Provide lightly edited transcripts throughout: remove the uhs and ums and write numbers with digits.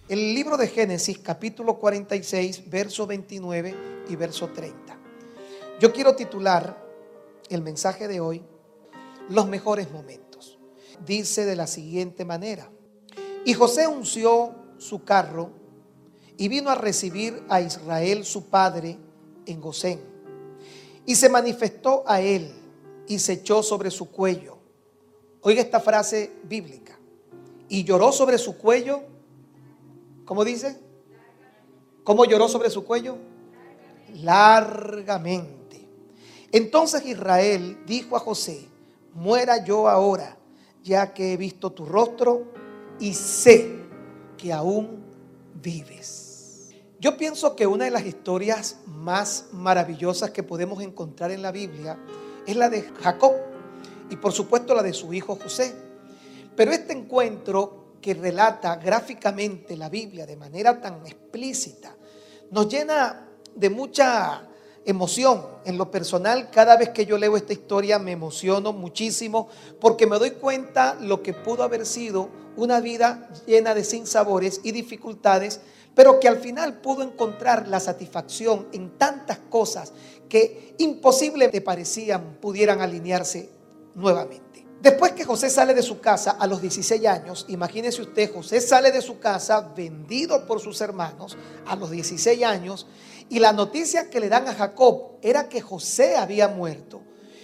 El libro de Génesis, capítulo 46, verso 29 y verso 30. Yo quiero titular el mensaje de hoy, los mejores momentos. Dice de la siguiente manera: y José unció su carro y vino a recibir a Israel su padre en Gosén. Y se manifestó a él y se echó sobre su cuello. Oiga esta frase bíblica. Y lloró sobre su cuello. ¿Cómo dice? ¿Cómo lloró sobre su cuello? Largamente. Entonces Israel dijo a José: muera yo ahora, ya que he visto tu rostro y sé que aún vives. Yo pienso que una de las historias más maravillosas que podemos encontrar en la Biblia es la de Jacob y por supuesto la de su hijo José. Pero este encuentro que relata gráficamente la Biblia de manera tan explícita nos llena de mucha emoción. En lo personal, cada vez que yo leo esta historia me emociono muchísimo porque me doy cuenta lo que pudo haber sido una vida llena de sinsabores y dificultades, pero que al final pudo encontrar la satisfacción en tantas cosas que imposible te parecían pudieran alinearse nuevamente. Después que José sale de su casa a los 16 años, imagínese usted, José sale de su casa vendido por sus hermanos a los 16 años, y la noticia que le dan a Jacob era que José había muerto.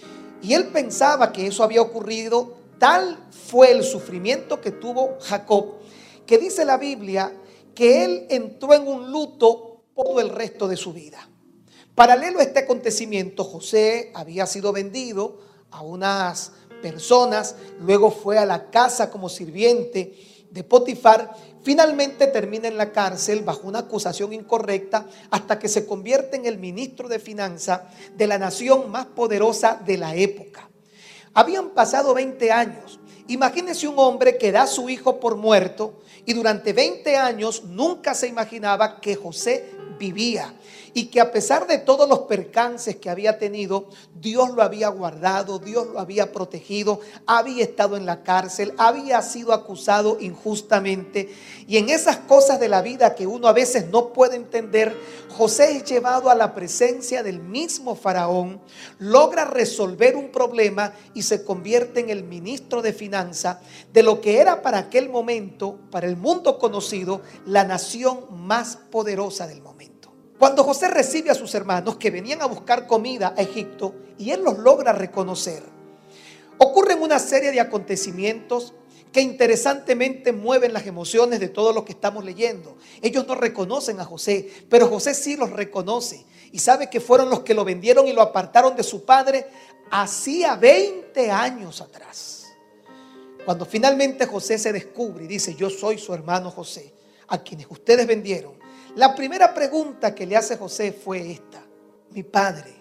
Y él pensaba que eso había ocurrido. Tal fue el sufrimiento que tuvo Jacob, que dice la Biblia que él entró en un luto todo el resto de su vida. Paralelo a este acontecimiento, José había sido vendido a unas personas, luego fue a la casa como sirviente de Potifar, finalmente termina en la cárcel bajo una acusación incorrecta hasta que se convierte en el ministro de Finanzas de la nación más poderosa de la época. Habían pasado 20 años. Imagínense un hombre que da a su hijo por muerto y durante 20 años nunca se imaginaba que José vivía y que a pesar de todos los percances que había tenido, Dios lo había guardado, Dios lo había protegido, había estado en la cárcel, había sido acusado injustamente. Y en esas cosas de la vida que uno a veces no puede entender, José es llevado a la presencia del mismo faraón, logra resolver un problema y se convierte en el ministro de Finanzas de lo que era para aquel momento, para el mundo conocido, la nación más poderosa del momento. Cuando José recibe a sus hermanos que venían a buscar comida a Egipto y él los logra reconocer, ocurren una serie de acontecimientos que interesantemente mueven las emociones de todos los que estamos leyendo. Ellos no reconocen a José, pero José sí los reconoce y sabe que fueron los que lo vendieron y lo apartaron de su padre hacía 20 años atrás. Cuando finalmente José se descubre y dice: yo soy su hermano José, a quienes ustedes vendieron, la primera pregunta que le hace José fue esta: mi padre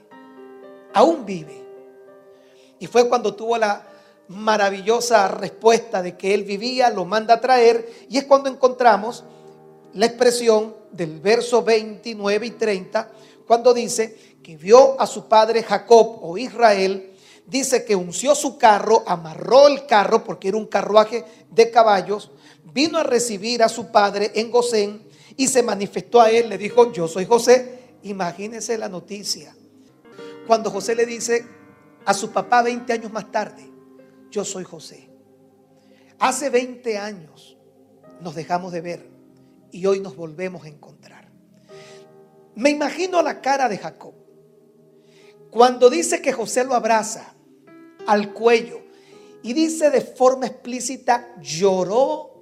aún vive. Y fue cuando tuvo la maravillosa respuesta de que él vivía, lo manda a traer, y es cuando encontramos la expresión del verso 29 y 30, cuando dice que vio a su padre Jacob o Israel. Dice que unció su carro, amarró el carro porque era un carruaje de caballos, vino a recibir a su padre en Gosén y se manifestó a él, le dijo: yo soy José. Imagínense la noticia. Cuando José le dice a su papá 20 años más tarde: yo soy José. Hace 20 años nos dejamos de ver y hoy nos volvemos a encontrar. Me imagino la cara de Jacob cuando dice que José lo abraza al cuello y dice de forma explícita: lloró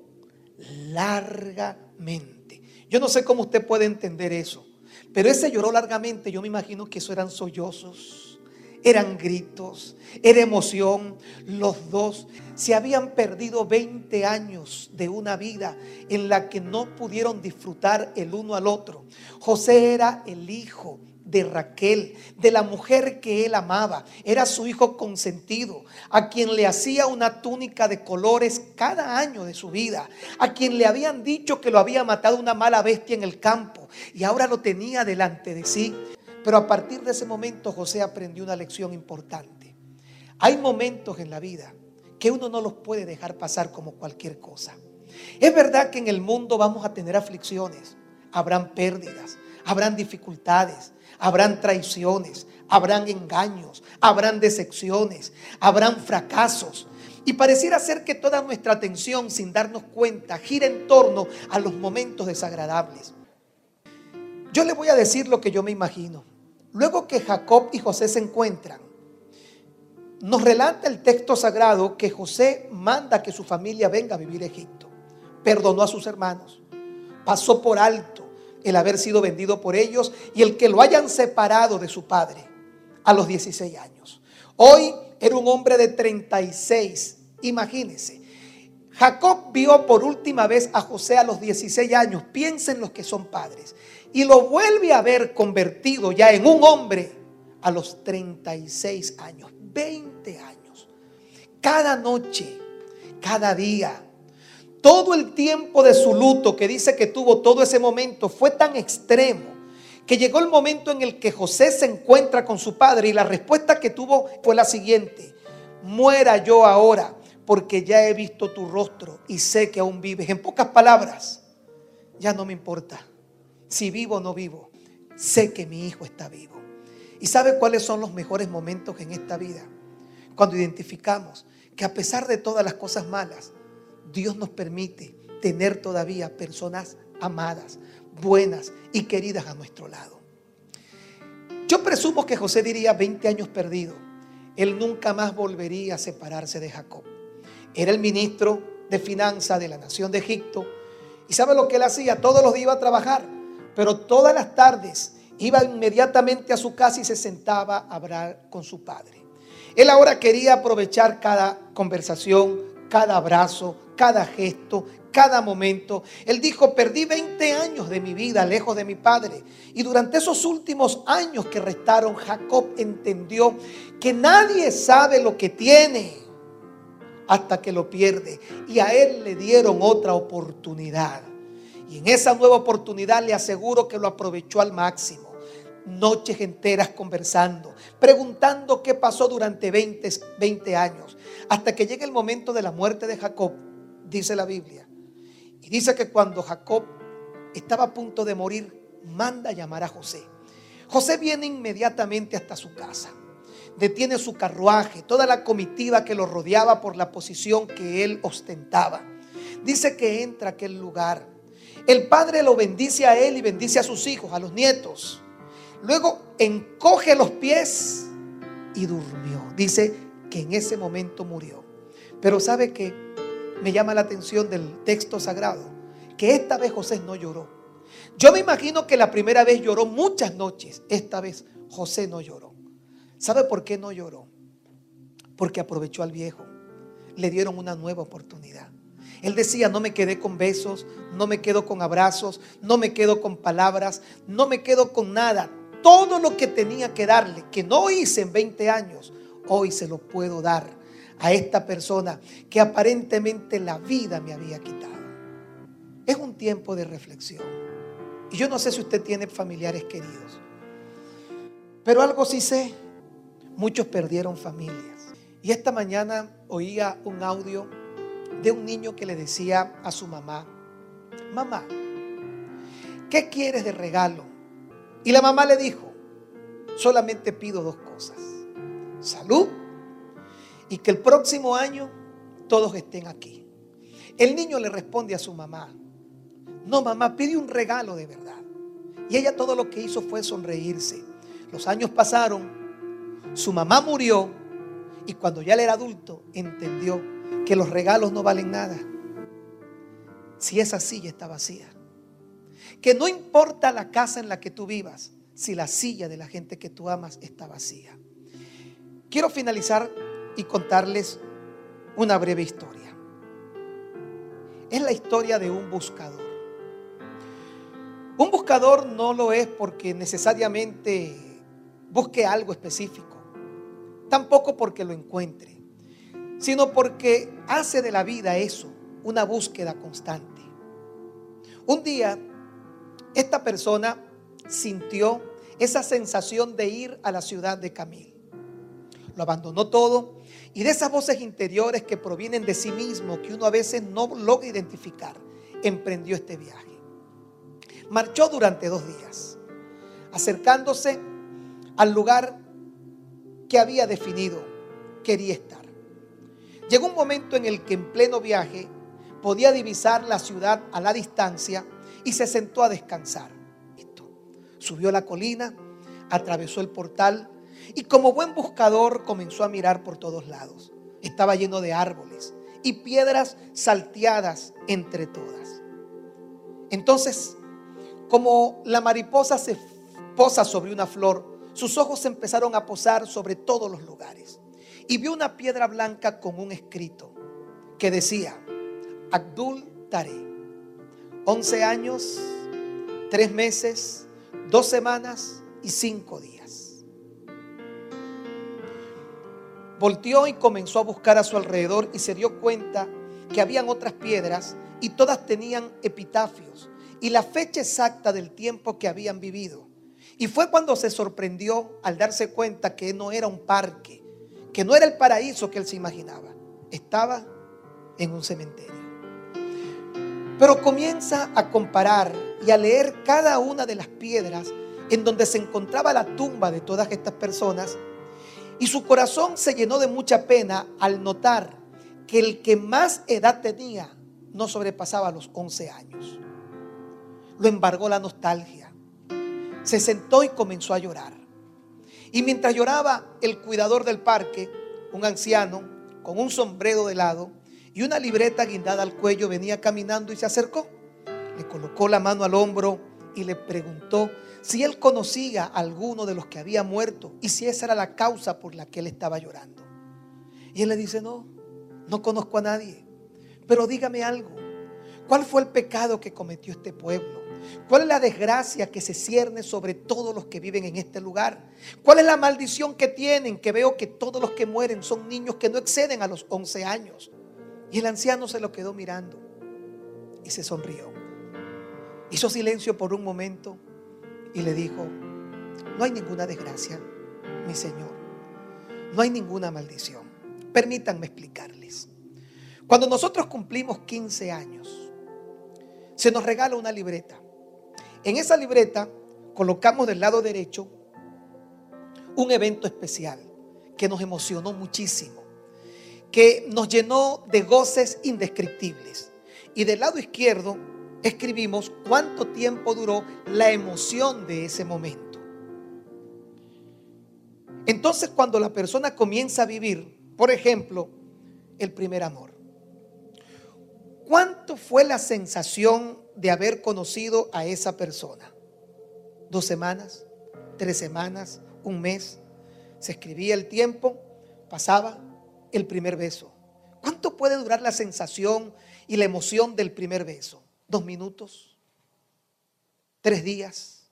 largamente. Yo no sé cómo usted puede entender eso, pero ese lloró largamente, yo me imagino que eso eran sollozos, eran gritos, era emoción. Los dos se habían perdido 20 años de una vida en la que no pudieron disfrutar el uno al otro. José era el hijo de Raquel, de la mujer que él amaba. Era su hijo consentido, a quien le hacía una túnica de colores cada año de su vida, a quien le habían dicho que lo había matado una mala bestia en el campo y ahora lo tenía delante de sí. Pero a partir de ese momento José aprendió una lección importante. Hay momentos en la vida que uno no los puede dejar pasar como cualquier cosa. Es verdad que en el mundo vamos a tener aflicciones, habrán pérdidas, habrán dificultades, habrán traiciones, habrán engaños, habrán decepciones, habrán fracasos. Y pareciera ser que toda nuestra atención, sin darnos cuenta, gira en torno a los momentos desagradables. Yo le voy a decir lo que yo me imagino. Luego que Jacob y José se encuentran, nos relata el texto sagrado que José manda que su familia venga a vivir a Egipto. Perdonó a sus hermanos, pasó por alto el haber sido vendido por ellos y el que lo hayan separado de su padre a los 16 años. Hoy era un hombre de 36, imagínense. Jacob vio por última vez a José a los 16 años, piensen los que son padres, y lo vuelve a ver convertido ya en un hombre a los 36 años, 20 años. Cada noche, cada día, todo el tiempo de su luto que dice que tuvo todo ese momento fue tan extremo que llegó el momento en el que José se encuentra con su padre y la respuesta que tuvo fue la siguiente: muera yo ahora, porque ya he visto tu rostro y sé que aún vives. En pocas palabras, ya no me importa si vivo o no vivo, sé que mi hijo está vivo. ¿Y sabe cuáles son los mejores momentos en esta vida? Cuando identificamos que a pesar de todas las cosas malas, Dios nos permite tener todavía personas amadas, buenas y queridas a nuestro lado. Yo presumo que José diría 20 años perdido. Él nunca más volvería a separarse de Jacob. Era el ministro de finanzas de la nación de Egipto. ¿Y sabe lo que él hacía? Todos los días iba a trabajar, pero todas las tardes iba inmediatamente a su casa y se sentaba a hablar con su padre. Él ahora quería aprovechar cada conversación, cada abrazo, cada gesto, cada momento. Él dijo: perdí 20 años de mi vida lejos de mi padre. Y durante esos últimos años que restaron, Jacob entendió que nadie sabe lo que tiene hasta que lo pierde. Y a él le dieron otra oportunidad. Y en esa nueva oportunidad le aseguro que lo aprovechó al máximo. Noches enteras conversando, preguntando qué pasó durante 20 años, hasta que llega el momento de la muerte de Jacob, dice la Biblia. Y dice que cuando Jacob estaba a punto de morir, manda a llamar a José. José viene inmediatamente hasta su casa, detiene su carruaje, toda la comitiva que lo rodeaba por la posición que él ostentaba. Dice que entra a aquel lugar. El padre lo bendice a él y bendice a sus hijos, a los nietos. Luego encoge los pies y durmió. Dice que en ese momento murió. Pero ¿sabe qué? Me llama la atención del texto sagrado, que esta vez José no lloró. Yo me imagino que la primera vez lloró muchas noches. Esta vez José no lloró. ¿Sabe por qué no lloró? Porque aprovechó al viejo. Le dieron una nueva oportunidad. Él decía: no me quedé con besos, no me quedo con abrazos, no me quedo con palabras, no me quedo con nada. Todo lo que tenía que darle, que no hice en 20 años, hoy se lo puedo dar a esta persona que aparentemente la vida me había quitado. Es un tiempo de reflexión. Y yo no sé si usted tiene familiares queridos, pero algo sí sé: muchos perdieron familias. Y esta mañana oía un audio de un niño que le decía a su mamá: mamá, ¿qué quieres de regalo? Y la mamá le dijo: solamente pido 2 cosas: salud y que el próximo año todos estén aquí. El niño le responde a su mamá: no, mamá, pide un regalo de verdad. Y ella todo lo que hizo fue sonreírse. Los años pasaron, su mamá murió, y cuando ya él era adulto entendió que los regalos no valen nada si esa silla está vacía. Que no importa la casa en la que tú vivas si la silla de la gente que tú amas está vacía. Quiero finalizar y contarles una breve historia. Es la historia de un buscador. Un buscador no lo es porque necesariamente busque algo específico, tampoco porque lo encuentre, sino porque hace de la vida eso, una búsqueda constante. Un día, esta persona sintió esa sensación de ir a la ciudad de Camil. lo abandonó todo. Y de esas voces interiores que provienen de sí mismo, que uno a veces no logra identificar, emprendió este viaje. Marchó durante 2 días, acercándose al lugar que había definido, quería estar. Llegó un momento en el que en pleno viaje podía divisar la ciudad a la distancia y se sentó a descansar. Subió la colina, atravesó el portal y como buen buscador comenzó a mirar por todos lados. Estaba lleno de árboles y piedras salteadas entre todas. Entonces, como la mariposa se posa sobre una flor, sus ojos se empezaron a posar sobre todos los lugares. Y vio una piedra blanca con un escrito que decía: Abdul Taré, 11 años, 3 meses, 2 semanas y 5 días. Volteó y comenzó a buscar a su alrededor y se dio cuenta que habían otras piedras y todas tenían epitafios y la fecha exacta del tiempo que habían vivido. Y fue cuando se sorprendió al darse cuenta que no era un parque, que no era el paraíso que él se imaginaba. Estaba en un cementerio. Pero comienza a comparar y a leer cada una de las piedras en donde se encontraba la tumba de todas estas personas. Y su corazón se llenó de mucha pena al notar que el que más edad tenía no sobrepasaba los 11 años. Lo embargó la nostalgia. Se sentó y comenzó a llorar. Y mientras lloraba, el cuidador del parque, un anciano con un sombrero de lado y una libreta guindada al cuello, venía caminando y se acercó. Le colocó la mano al hombro y le preguntó si él conocía a alguno de los que había muerto y si esa era la causa por la que él estaba llorando. Y él le dice: no conozco a nadie, pero dígame algo. ¿Cuál fue el pecado que cometió este pueblo? ¿Cuál es la desgracia que se cierne sobre todos los que viven en este lugar? ¿Cuál es la maldición que tienen? Que veo que todos los que mueren son niños que no exceden a los 11 años. Y el anciano se lo quedó mirando y se sonrió. Hizo silencio por un momento y le dijo: no hay ninguna desgracia, mi señor. No hay ninguna maldición. Permítanme explicarles. Cuando nosotros cumplimos 15 años, se nos regala una libreta. En esa libreta colocamos del lado derecho un evento especial que nos emocionó muchísimo, que nos llenó de goces indescriptibles. Y del lado izquierdo escribimos cuánto tiempo duró la emoción de ese momento. Entonces, cuando la persona comienza a vivir, por ejemplo, el primer amor, ¿cuánto fue la sensación de haber conocido a esa persona? 2 semanas, 3 semanas, 1 mes. Se escribía el tiempo, pasaba el primer beso. ¿Cuánto puede durar la sensación y la emoción del primer beso? 2 minutos, 3 días.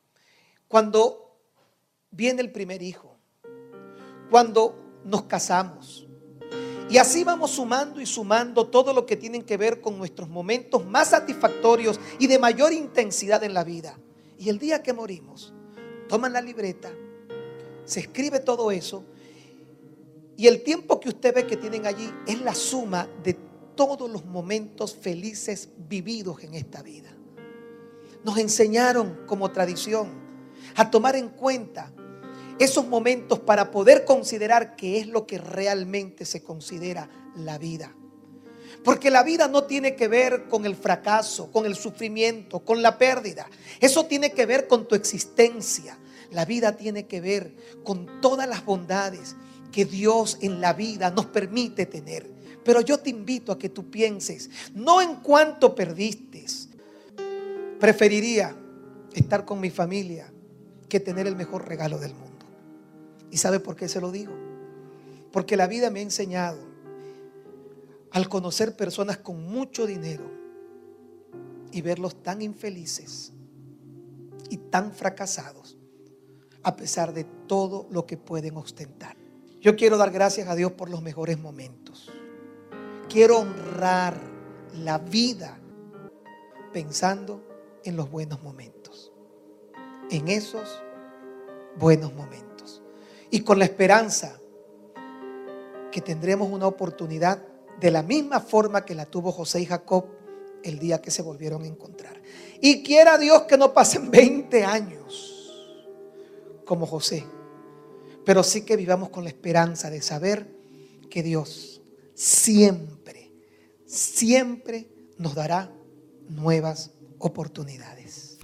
Cuando viene el primer hijo, cuando nos casamos. Y así vamos sumando y sumando todo lo que tienen que ver con nuestros momentos más satisfactorios y de mayor intensidad en la vida. Y el día que morimos, toman la libreta, se escribe todo eso, y el tiempo que usted ve que tienen allí es la suma de todos los momentos felices vividos en esta vida. Nos enseñaron como tradición a tomar en cuenta esos momentos para poder considerar qué es lo que realmente se considera la vida. Porque la vida no tiene que ver con el fracaso, con el sufrimiento, con la pérdida. Eso tiene que ver con tu existencia. La vida tiene que ver con todas las bondades que Dios en la vida nos permite tener. Pero yo te invito a que tú pienses, no en cuánto perdiste. Preferiría estar con mi familia que tener el mejor regalo del mundo. ¿Y sabe por qué se lo digo? Porque la vida me ha enseñado, al conocer personas con mucho dinero y verlos tan infelices y tan fracasados, a pesar de todo lo que pueden ostentar. Yo quiero dar gracias a Dios por los mejores momentos. Quiero honrar la vida pensando en los buenos momentos, en esos buenos momentos. Y con la esperanza que tendremos una oportunidad de la misma forma que la tuvo José y Jacob el día que se volvieron a encontrar. Y quiera Dios que no pasen 20 años como José, pero sí que vivamos con la esperanza de saber que Dios siempre, siempre nos dará nuevas oportunidades.